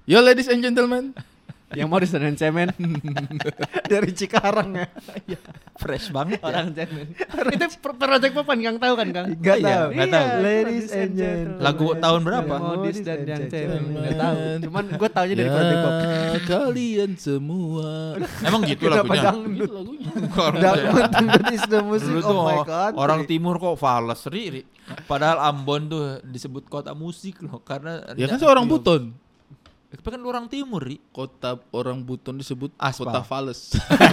Yo ladies and gentlemen. Yang mau disenan cemen Dari Cikarang ya. Fresh banget orang cemen. Itu project papan Kang tahu kan Kang? Gak tahu. nggak tahu. Ladies and gentlemen. Lagu tahun berapa? Modis dan yang cemen. Enggak tahu. Cuman gue taunya dari project pop. Kalian semua. Emang gitu Kenapa lagunya? dangdut? Lagunya. Dangdut is the music Dulu of tuh my country. orang timur kok fales Ri. Padahal Ambon tuh disebut kota musik loh karena Ya kan seorang Buton. Tapi kan lu orang timur, Ri. Kota orang Buton disebut Aspal. kota Fales.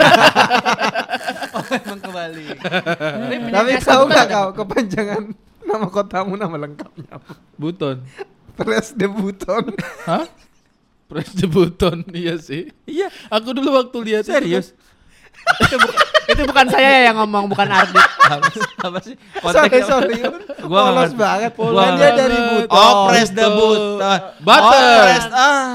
Emang kembali. Tapi tahu gak kau kepanjangan nama kotamu nama lengkapnya apa? Buton. Pres de Buton. Hah? Pres de Buton, iya sih. Iya, Aku dulu waktu lihat serius. Itu bukan saya yang ngomong, bukan Ardi. Apa sih? Sorry. Gua Polos nggak banget. Gua Kan dia nggak dari ngerti. Buton. Oh, Press the Buton. Butter. Oh, Press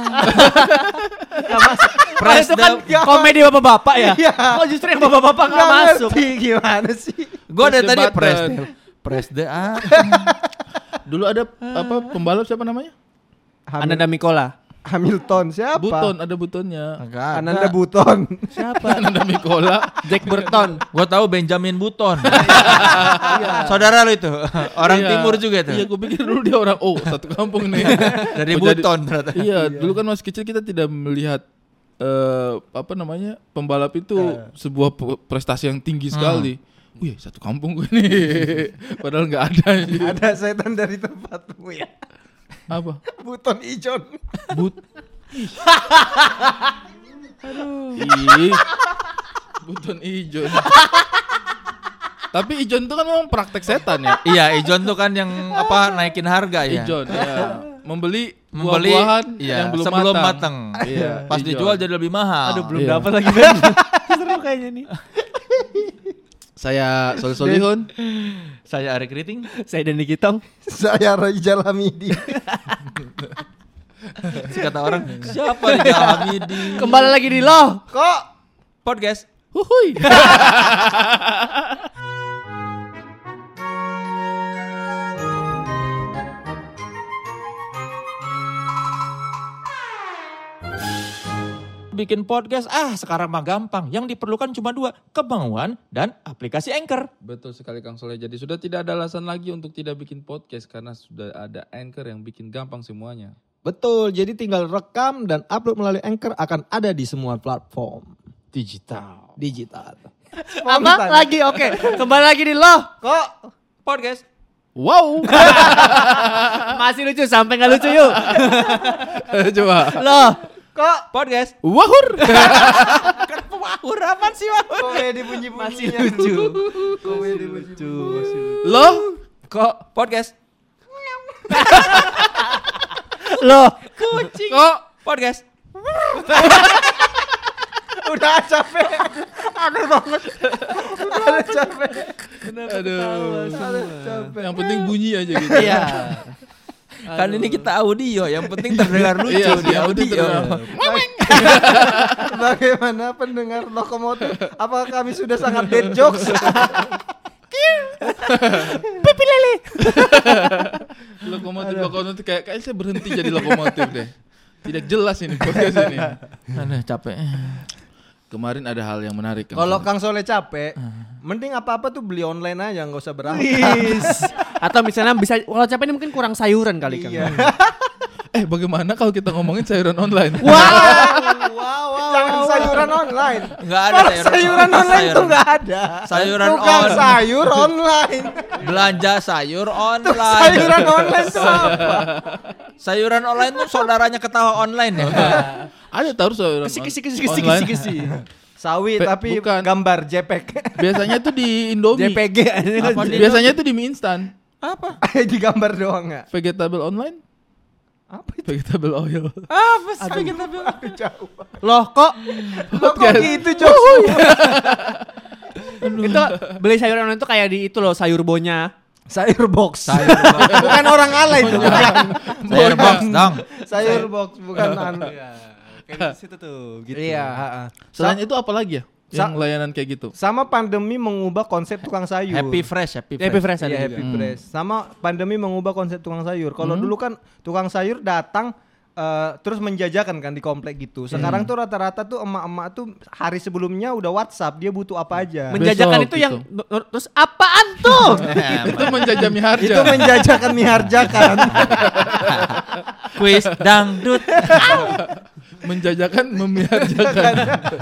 Press Itu kan the komedi bapak-bapak ya. Iya. Kok justru yang bapak-bapak nggak Nggak masuk? ngerti gimana sih? Gua dari tadi Button. Press the Dulu ada apa pembalap siapa namanya? Ananda Mikola. Hamilton siapa? Buton, ada Butonnya. Ananda Buton. Siapa? Ananda Mikola. Jack Burton. Gua tahu Benjamin Button. Saudara lu itu. Orang Iya. timur juga tuh. Iya, gue pikir dulu dia orang satu kampung nih. Dari Oh, jadi- Buton ternyata. Iya, dulu kan masih kecil kita tidak melihat apa namanya pembalap itu sebuah prestasi yang tinggi sekali. Wih, satu kampung gue nih. Padahal nggak ada. Ada setan dari tempatmu ya. Apa? Buton Ijon. Ih. Buton Ijon. Tapi Ijon itu kan memang praktek setan ya. Iya, Ijon tuh kan yang apa naikin harga ya. Ijon, ya. Membeli Membeli buah-buahan iya, yang belum sebelum matang. matang. Iya, Pas Ijon. dijual jadi lebih mahal. Aduh, belum Iya. dapat lagi Ben. Seru kayaknya nih. Saya Solihun. Saya Arik Riting. Saya Dani Kitong. Saya Rizal Hamidi. Kata orang, siapa nih Hamidi? Kembali lagi di Loh. Kok Podcast. Huhuy. Bikin podcast, sekarang mah gampang. Yang diperlukan cuma 2, kemauan dan aplikasi Anchor. Betul sekali Kang Soleh. Jadi sudah tidak ada alasan lagi untuk tidak bikin podcast karena sudah ada Anchor yang bikin gampang semuanya. betul, jadi tinggal rekam dan upload melalui Anchor akan ada di semua platform Digital. digital. Apa? Lagi oke. Kembali lagi di Loh. Kok Podcast. Wow. Masih lucu sampai nggak lucu yuk. Coba. Loh. kok Podcast. Wahur. Wahur apaan sih wahur? komedi bunyi-bunyinya Masih lucu. komedi lucu. Loh. Kok podcast? Loh. Kucing. Kok. Podcast. Udah capek. Aneh banget. Udah capek. Aduh. Capek. Yang penting bunyi aja gitu. Iya. Kan ini kita audio, yang penting terdengar lucu Iya, di yang penting audio. terdengar. Bagaimana pendengar lokomotif? Apakah kami sudah sangat dead jokes? Pipi lele. Lokomotif kayak saya berhenti jadi lokomotif deh. Tidak jelas ini podcast ini. Aduh, capek. Kemarin ada hal yang menarik. Kalau Kang Soleh capek, mending apa-apa tuh beli online aja, nggak usah berangkat. Atau misalnya bisa kalau capek ini mungkin kurang sayuran kali Kang. Iya. Bagaimana kalau kita ngomongin sayuran online? Wow. Jangan sayuran online. Enggak ada Kalau sayuran online tuh nggak ada. Sayuran Tukang on. sayur online. Belanja sayur Tuh, online. sayuran online tuh apa? Sayuran online tuh saudaranya ketawa online ya. Ada taruh sayuran online. Kisi. Sawi tapi bukan. gambar JPEG. Biasanya tuh di Indomie. JPG. Apa dia? Biasanya tuh di mie instan. Apa? Di gambar doang nggak? Vegetable online? Apa itu? Vegetable oil. Apa sih kita bilang? Jauh. Loh kok Lo kok gitu jokes? itu beli sayuran online itu kayak di itu loh sayur bonya. Sayur box. Bukan orang alay itu. Sayur box dong. Sayur box bukan Kayak di situ tuh gitu. Iya, Selain itu apa lagi ya? Yang layanan kayak gitu. Sama pandemi mengubah konsep tukang sayur. Happy fresh, happy fresh. Happy fresh ada Iya, juga. Happy Fresh. Sama pandemi mengubah konsep tukang sayur. Kalau dulu kan tukang sayur datang terus menjajakan kan di komplek gitu. Sekarang tuh rata-rata tuh emak-emak tuh hari sebelumnya udah WhatsApp dia butuh apa aja. Menjajakan Besok itu yang gitu. terus apaan tuh? Itu menjajami harga. Itu menjajakan miharjakan. Kuis dangdut. Menjajakan memiharjakan.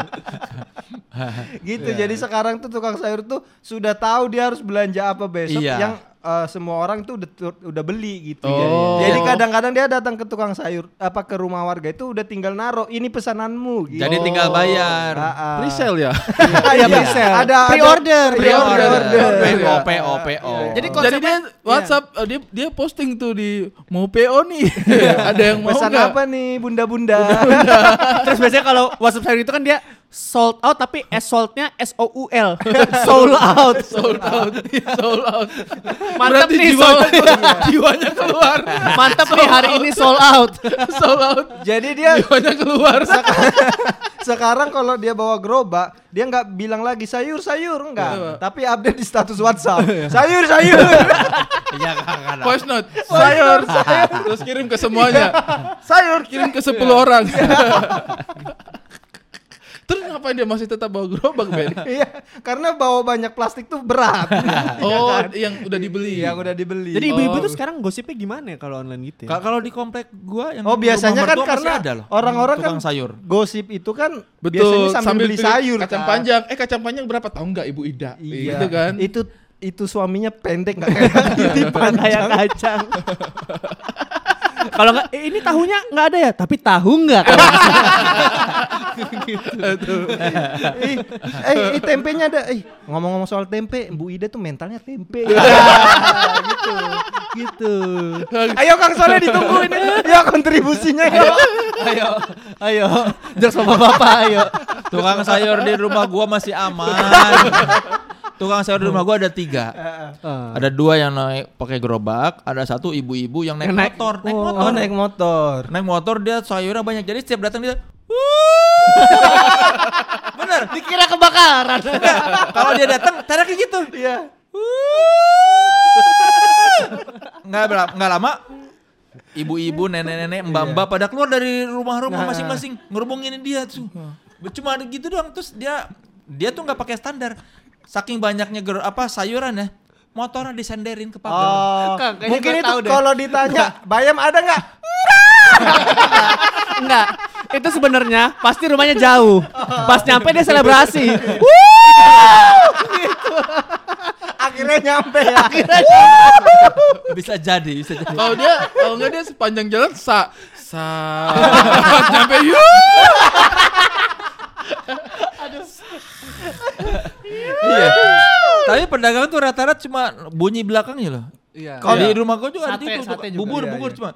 Gitu. Jadi sekarang tuh tukang sayur tuh sudah tahu dia harus belanja apa besok Iya. yang semua orang tuh udah beli gitu. Oh. Jadi kadang-kadang dia datang ke tukang sayur ke rumah warga itu udah tinggal naruh ini pesananmu gitu. Jadi tinggal bayar. Presale ya. Iya, presale. Ada Pre-order. PO. Jadi Jadi dia WhatsApp dia posting tuh di mau PO nih. Ada yang mau pesan nggak? apa nih bunda-bunda? Terus biasanya kalau WhatsApp sayur itu kan dia sold out tapi S-sold-nya SOUL. Sold out. Sold out. Sold out. Mantap Berarti nih sold jiwanya keluar. Mantap nih hari ini sold out. Sold out. Jadi dia Jiwanya keluar. sekarang kalau dia bawa gerobak, dia nggak bilang lagi sayur enggak, tapi update di status WhatsApp. sayur. Iya kan. Voice note. Sayur. Terus kirim ke semuanya. Sayur kirim ke 10 orang. Terus ngapain dia masih tetap bawa gerobak, Ben? Iya, karena bawa banyak plastik tuh berat. Oh, yang udah dibeli. Yang udah dibeli. Jadi ibu-ibu tuh sekarang gosipnya gimana ya kalau online gitu ya? Kalau di komplek gua yang biasanya rumah kan mertua masih karena ada loh, orang-orang kan tukang sayur. gosip itu kan Betul, biasanya sambil beli beli sayur kacang kan. panjang. Kacang panjang berapa? Tahu nggak Ibu Ida? Iya. Gitu kan. Itu suaminya pendek enggak kayak Kayak kacang. Kalau nggak, ini tahunya nggak ada ya, tapi tahu nggak? tempenya ada. Ngomong-ngomong soal tempe, Bu Ida tuh mentalnya tempe. gitu. Ayo Kang Soleh ditunggu ini. Ya kontribusinya ya. Ayo, jokes sama bapak, ayo. Tukang sayur di rumah gua masih aman. Tukang sayur di rumah gua ada 3. Ada 2 yang naik pakai gerobak, ada 1 ibu-ibu yang naik motor. Naik motor. Naik motor dia sayurnya banyak. Jadi setiap datang dia bener. Dikira kebakaran. Kalau dia datang teriaknya gitu. Iya. Nggak lama ibu-ibu, nenek-nenek, mbak-mbak pada keluar dari rumah-rumah masing-masing ngerubungin dia tuh. Cuma gitu doang. Terus dia tuh nggak pakai standar. Saking banyaknya sayuran ya, motornya disenderin ke pagar. Kayaknya Mungkin gua itu tahu deh. kalau ditanya, Bayam ada nggak? Enggak. Itu sebenarnya pasti rumahnya jauh. Pas nyampe dia selebrasi. Akhirnya nyampe ya. Bisa jadi. Kalau enggak dia sepanjang jalan nyampe yuk. Iya. Tapi pedagang tuh rata-rata cuma bunyi belakangnya loh. Iya. Kalau di rumah gua juga ada Sate, itu sate juga. bubur Iya. cuma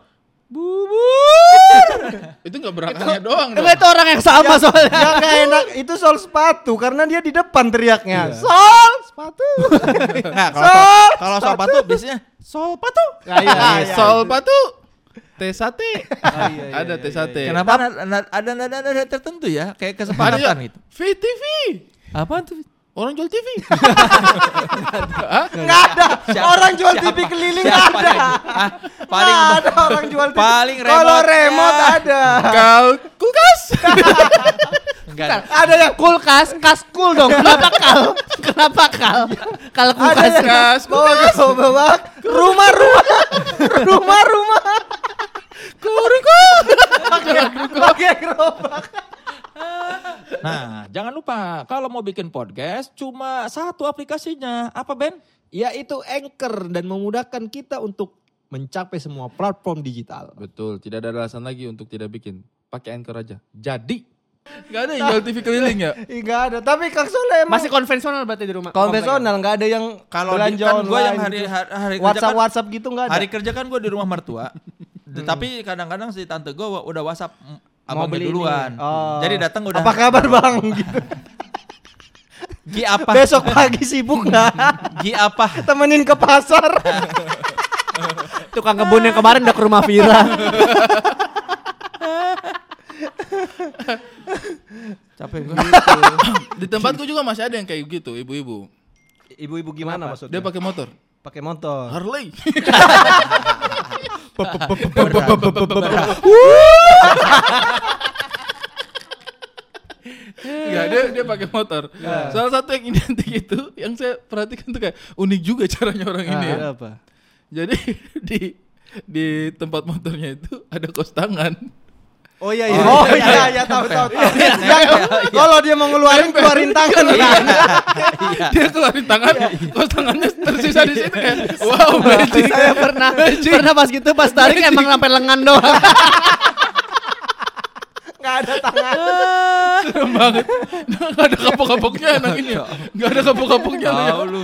Itu enggak belakangnya doang dong. Enggak, itu orang yang sama soalnya. Yang nggak enak itu soal sepatu karena dia di depan teriaknya. Sol sepatu. Nah, kalau soal sepatu biasanya sol patu. Iya. Sol patu. Teh sate. Ada teh sate. Kenapa ada nada tertentu ya? Kayak kesepakatan gitu. VTV. Apa tuh? Orang jual TV. Nggak ada. Orang jual TV keliling nggak ada. Paling Nggak ada orang jual TV. paling Kalau remote. remote ada. Kulkas. Enggak ada. Ada yang Kulkas, kaskul dong. Kenapa kal? Kenapa kal? Kalau ada kulkas yang bawa rumah. Pakai gerobak. Nah, jangan lupa kalau mau bikin podcast cuma 1 aplikasinya. Apa, Ben? Yaitu Anchor dan memudahkan kita untuk mencapai semua platform digital. Betul, tidak ada alasan lagi untuk tidak bikin. Pakai Anchor aja. Jadi. Enggak ada yang jual TV keliling ya? Enggak ada. Tapi Kang Soleh emang masih konvensional berarti di rumah. konvensional, nggak ada yang Kalau belanja kan gue yang online hari gitu. kerja kan, WhatsApp gitu nggak ada. hari kerja kan gue di rumah mertua. Tapi kadang-kadang si tante gue udah WhatsApp Mau abangnya beli ini. duluan. Oh. Jadi datang udah. Apa kabar Bang? Gitu. Gi apa? Besok pagi sibuk nggak? Gi apa? Temenin ke pasar. Tukang kebun yang kemarin udah ke rumah Vira. Capek gue. Di tempatku juga masih ada yang kayak gitu, ibu-ibu. Ibu-ibu gimana maksudnya? Dia pakai motor. Pakai motor. Harley. Enggak, dia pakai motor. Salah satu yang identik itu yang saya perhatikan tuh kayak unik juga caranya orang ini ya. Apa? Jadi di tempat motornya itu ada kos tangan. Oh iya Oh iya tahu. Kalau dia mau keluarin tangan kan. Dia keluarin tangan, kos tangannya tersisa di situ kayak wow, magic. Saya pernah pas gitu pas tarik emang sampai lengan doang. Nggak ada tangan. Serem banget. Nggak ada kapok-kapoknya anak ini. Nggak ada kapok-kapoknya. Tahu lu.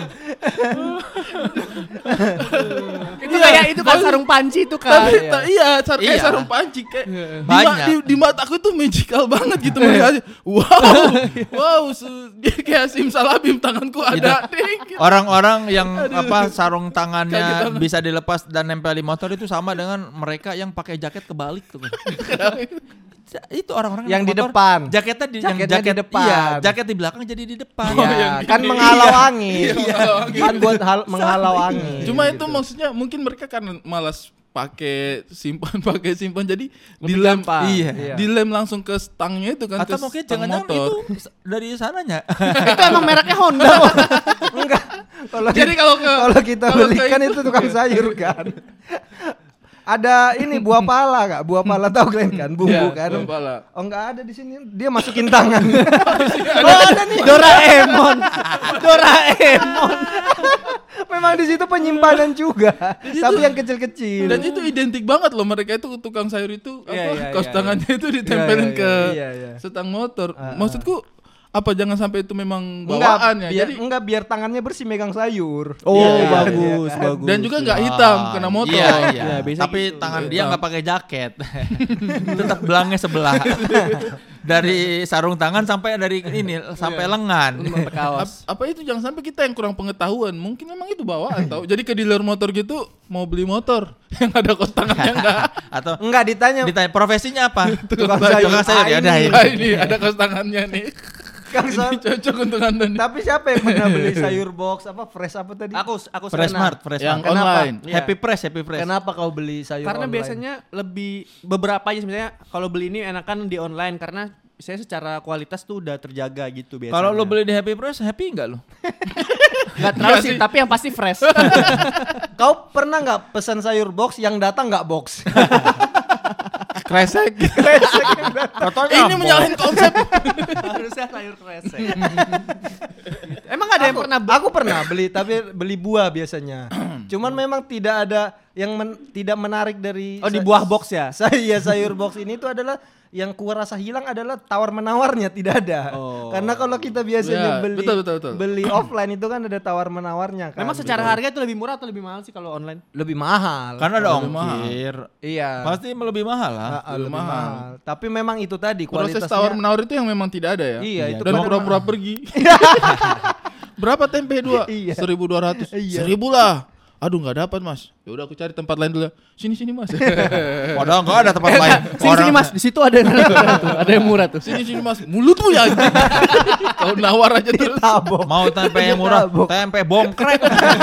Itu kayak itu kan sarung panci itu kan. Tapi kayak Iya. sarung panci kayak Banyak. di mataku tuh magical banget gitu melihatnya. Wow, dia kayak simsalabim tanganku ada. Ding. Orang-orang yang sarung tangannya Kayak gitu. bisa dilepas dan nempel di motor itu sama dengan mereka yang pakai jaket kebalik tuh. Itu orang-orang Yang naik di motor, depan. Jaketnya di Jaketnya di depan. Iya, jaket di belakang jadi di depan. Ya, yang kan gini. menghalau angin. menghalau angin. Kan buat menghalau angin. Cuma itu maksudnya mungkin mereka kan malas pakai simpan jadi Lebih dilem gampang. Iya. dilem langsung ke stangnya itu kan Atau ke mungkin stang jangan-jangan motor. itu dari sananya. Itu emang mereknya Honda. Enggak. Jadi kalau kita kalau beli kayak kan itu- itu tukang sayur kan. Ada ini buah pala enggak? Buah pala tahu kalian kan? Bumbu Iya, kan. buah pala. Oh enggak ada di sini. Dia masukin tangan. Oh ada nih. Doraemon. Memang di situ penyimpanan juga. Tapi yang kecil-kecil. Dan itu identik banget loh mereka itu tukang sayur itu Iya, kaos iya, tangannya itu ditempelin ke iya. setang motor. Maksudku apa jangan sampai itu memang Enggak, bawaan ya. biar, Jadi enggak biar tangannya bersih megang sayur. Oh, Iya, bagus, iya kan? bagus. dan juga nggak hitam kena motor. Iya, iya. Ya, biasa Tapi gitu. tangan dia nggak pakai jaket. Tetap belangnya sebelah. Dari sarung tangan sampai dari ini sampai lengan. Sampai kaos. Apa itu jangan sampai kita yang kurang pengetahuan. Mungkin memang itu bawaan tahu. Jadi ke dealer motor gitu mau beli motor yang ada kos tangannya enggak. Atau Enggak ditanya. ditanya profesinya apa? Tukang sayur. Tukang sayur ya udah Ini. Nah, ini ada kos tangannya nih. Kang Sam. Ini cocok untuk Anda nih. Tapi siapa yang pernah beli sayur box apa fresh apa tadi? Aku Fresh pernah. Mart, Fresh Yang Mart. Kenapa? online. Iya. Happy Fresh. Kenapa kau beli sayur Karena online? biasanya lebih beberapa aja sebenarnya kalau beli ini enakan di online karena saya secara kualitas tuh udah terjaga gitu biasanya. Kalau lo beli di Happy Fresh, happy enggak lo? nggak terlalu sih, tapi yang pasti fresh. Kau pernah nggak pesan sayur box yang datang nggak box? Kresek. Contohnya Ini menyalahin konsep. Harusnya sayur kresek. Emang ada yang pernah Aku pernah beli tapi beli buah biasanya. Cuman memang tidak ada yang tidak menarik dari di buah box ya? Saya sayur box ini tuh adalah yang kurasa hilang adalah tawar menawarnya tidak ada. Oh. Karena kalau kita biasanya Ya, betul. beli offline itu kan ada tawar menawarnya kan. Memang secara harga itu lebih murah atau lebih mahal sih kalau online? lebih mahal. Karena ada Lebih mahal. ongkir. Iya. Pasti lebih mahal lah. Lebih mahal. mahal. Tapi memang itu tadi Proses kualitasnya. tawar menawar itu yang memang tidak ada ya. Iya, itu Dan benar. pura-pura pergi. Berapa tempe dua? Iya. 1.200. Iya. 1.000 lah. Aduh nggak dapat mas. Ya udah aku cari tempat lain dulu. Sini mas. Padahal enggak ada tempat lain. Sini mas, di situ ada yang murah tuh. Ada yang murah tuh. Sini mas. Mulutmu ya. Kau nawar aja terus. Ditabok. Mau tempe yang murah, Ditabok. tempe bongkrek.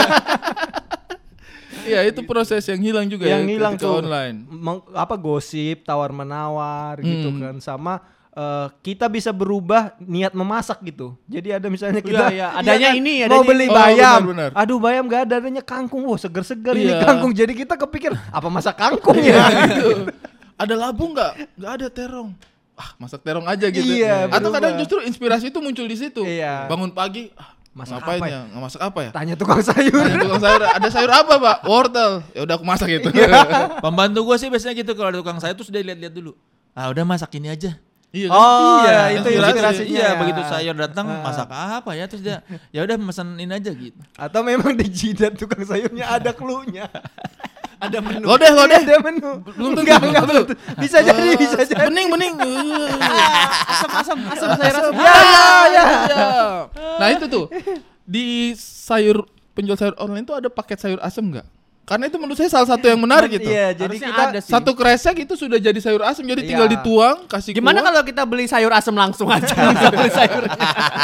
Iya itu proses yang hilang juga Yang ya. hilang ketika tuh online. apa gosip, tawar menawar gitu kan, sama kita bisa berubah niat memasak gitu. Jadi ada misalnya kita iya. Adanya kan, ini, mau adanya beli ini. bayam. Oh, benar. Aduh bayam gak ada, adanya kangkung. Wah seger-seger ini Iya. kangkung. Jadi kita kepikir apa masak kangkung ya? Gitu. Ada labu nggak? Nggak ada terong. Masak terong aja gitu. Iya, Atau berubah. kadang justru inspirasi itu muncul di situ. Iya. Bangun pagi, Masak ngapain apa ya? Nggak masak apa ya? Tanya tukang sayur. Tanya tukang sayur, ada sayur apa pak? Wortel. Ya udah aku masak itu. Pembantu gue sih biasanya gitu kalau ada tukang sayur terus dia lihat-lihat dulu. Ah udah masak ini aja. Iya kan? Oh, Iya, itu inspirasi. inspirasinya. Iya, ya. begitu sayur datang masak apa ya terus dia ya udah pesenin aja gitu. Atau memang di jidat tukang sayurnya ada cluenya. Ada menu. Lodeh. Ada menu. Belum tentu, Enggak, belum enggak, tentu. belum. Bisa jadi, bisa jadi. Bening. Asam sayur asam. Ya. Nah itu tuh di penjual sayur online tuh ada paket sayur asam nggak? Karena itu menurut saya salah satu yang menarik gitu. Iya, jadi Harusnya kita ada sih. Satu kresek itu sudah jadi sayur asam, jadi tinggal Iya. dituang, kasih Gimana kuah. kalau kita beli sayur asam langsung aja? Bisa beli sayurnya.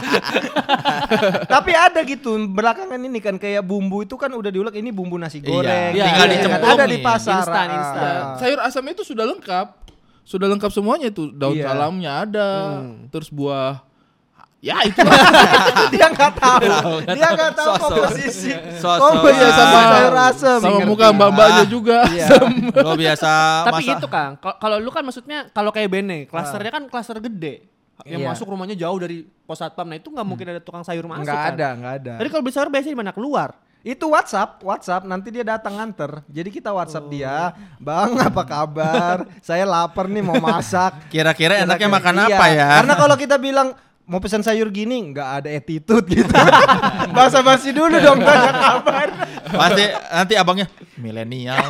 Tapi ada gitu belakangan ini kan kayak bumbu itu kan udah diulek, ini bumbu nasi goreng. Iya, tinggal Iya, dicemplung ada di nih. pasar. Instan. Sayur asam itu sudah lengkap. sudah lengkap semuanya itu. Daun Iya. salamnya ada, terus buah. Ya itu Dia nggak tahu. Dia nggak tahu komposisi. Sosok. Komposisi sama sayur asem. sama Ngerti. muka mbak-mbaknya juga. Iya. Lo biasa Tapi masak. itu Kang, kalau lu kan maksudnya kalau kayak Bene, klasternya kan klaster gede. Yang Iya. masuk rumahnya jauh dari pos satpam. Nah, itu nggak mungkin ada tukang sayur masuk kan. Nggak ada. Jadi kalau beli sayur biasanya di mana? Keluar. Itu WhatsApp, nanti dia datang nganter. Jadi kita WhatsApp dia, Bang apa kabar? Saya lapar nih mau masak. Kira-kira enaknya makan Iya, apa ya? Karena kalau kita bilang mau pesan sayur gini, nggak ada attitude gitu. Basa-basi dulu dong tanya kabar. Pasti nanti abangnya milenial.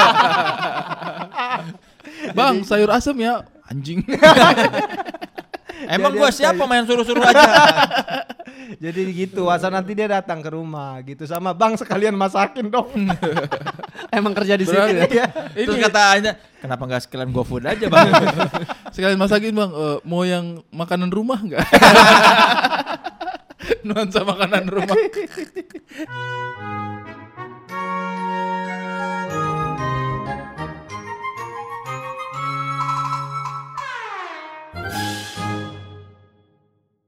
Bang, sayur asem ya, anjing. Emang Jadi gua harus siapa main suruh-suruh aja. Jadi gitu, asal nanti dia datang ke rumah gitu sama Bang sekalian masakin dong. Emang kerja di situ Berarti- ya. Terus Ini kata Anya, kenapa nggak sekalian GoFood aja bang? sekalian masakin bang, mau yang makanan rumah nggak? Nuansa makanan rumah.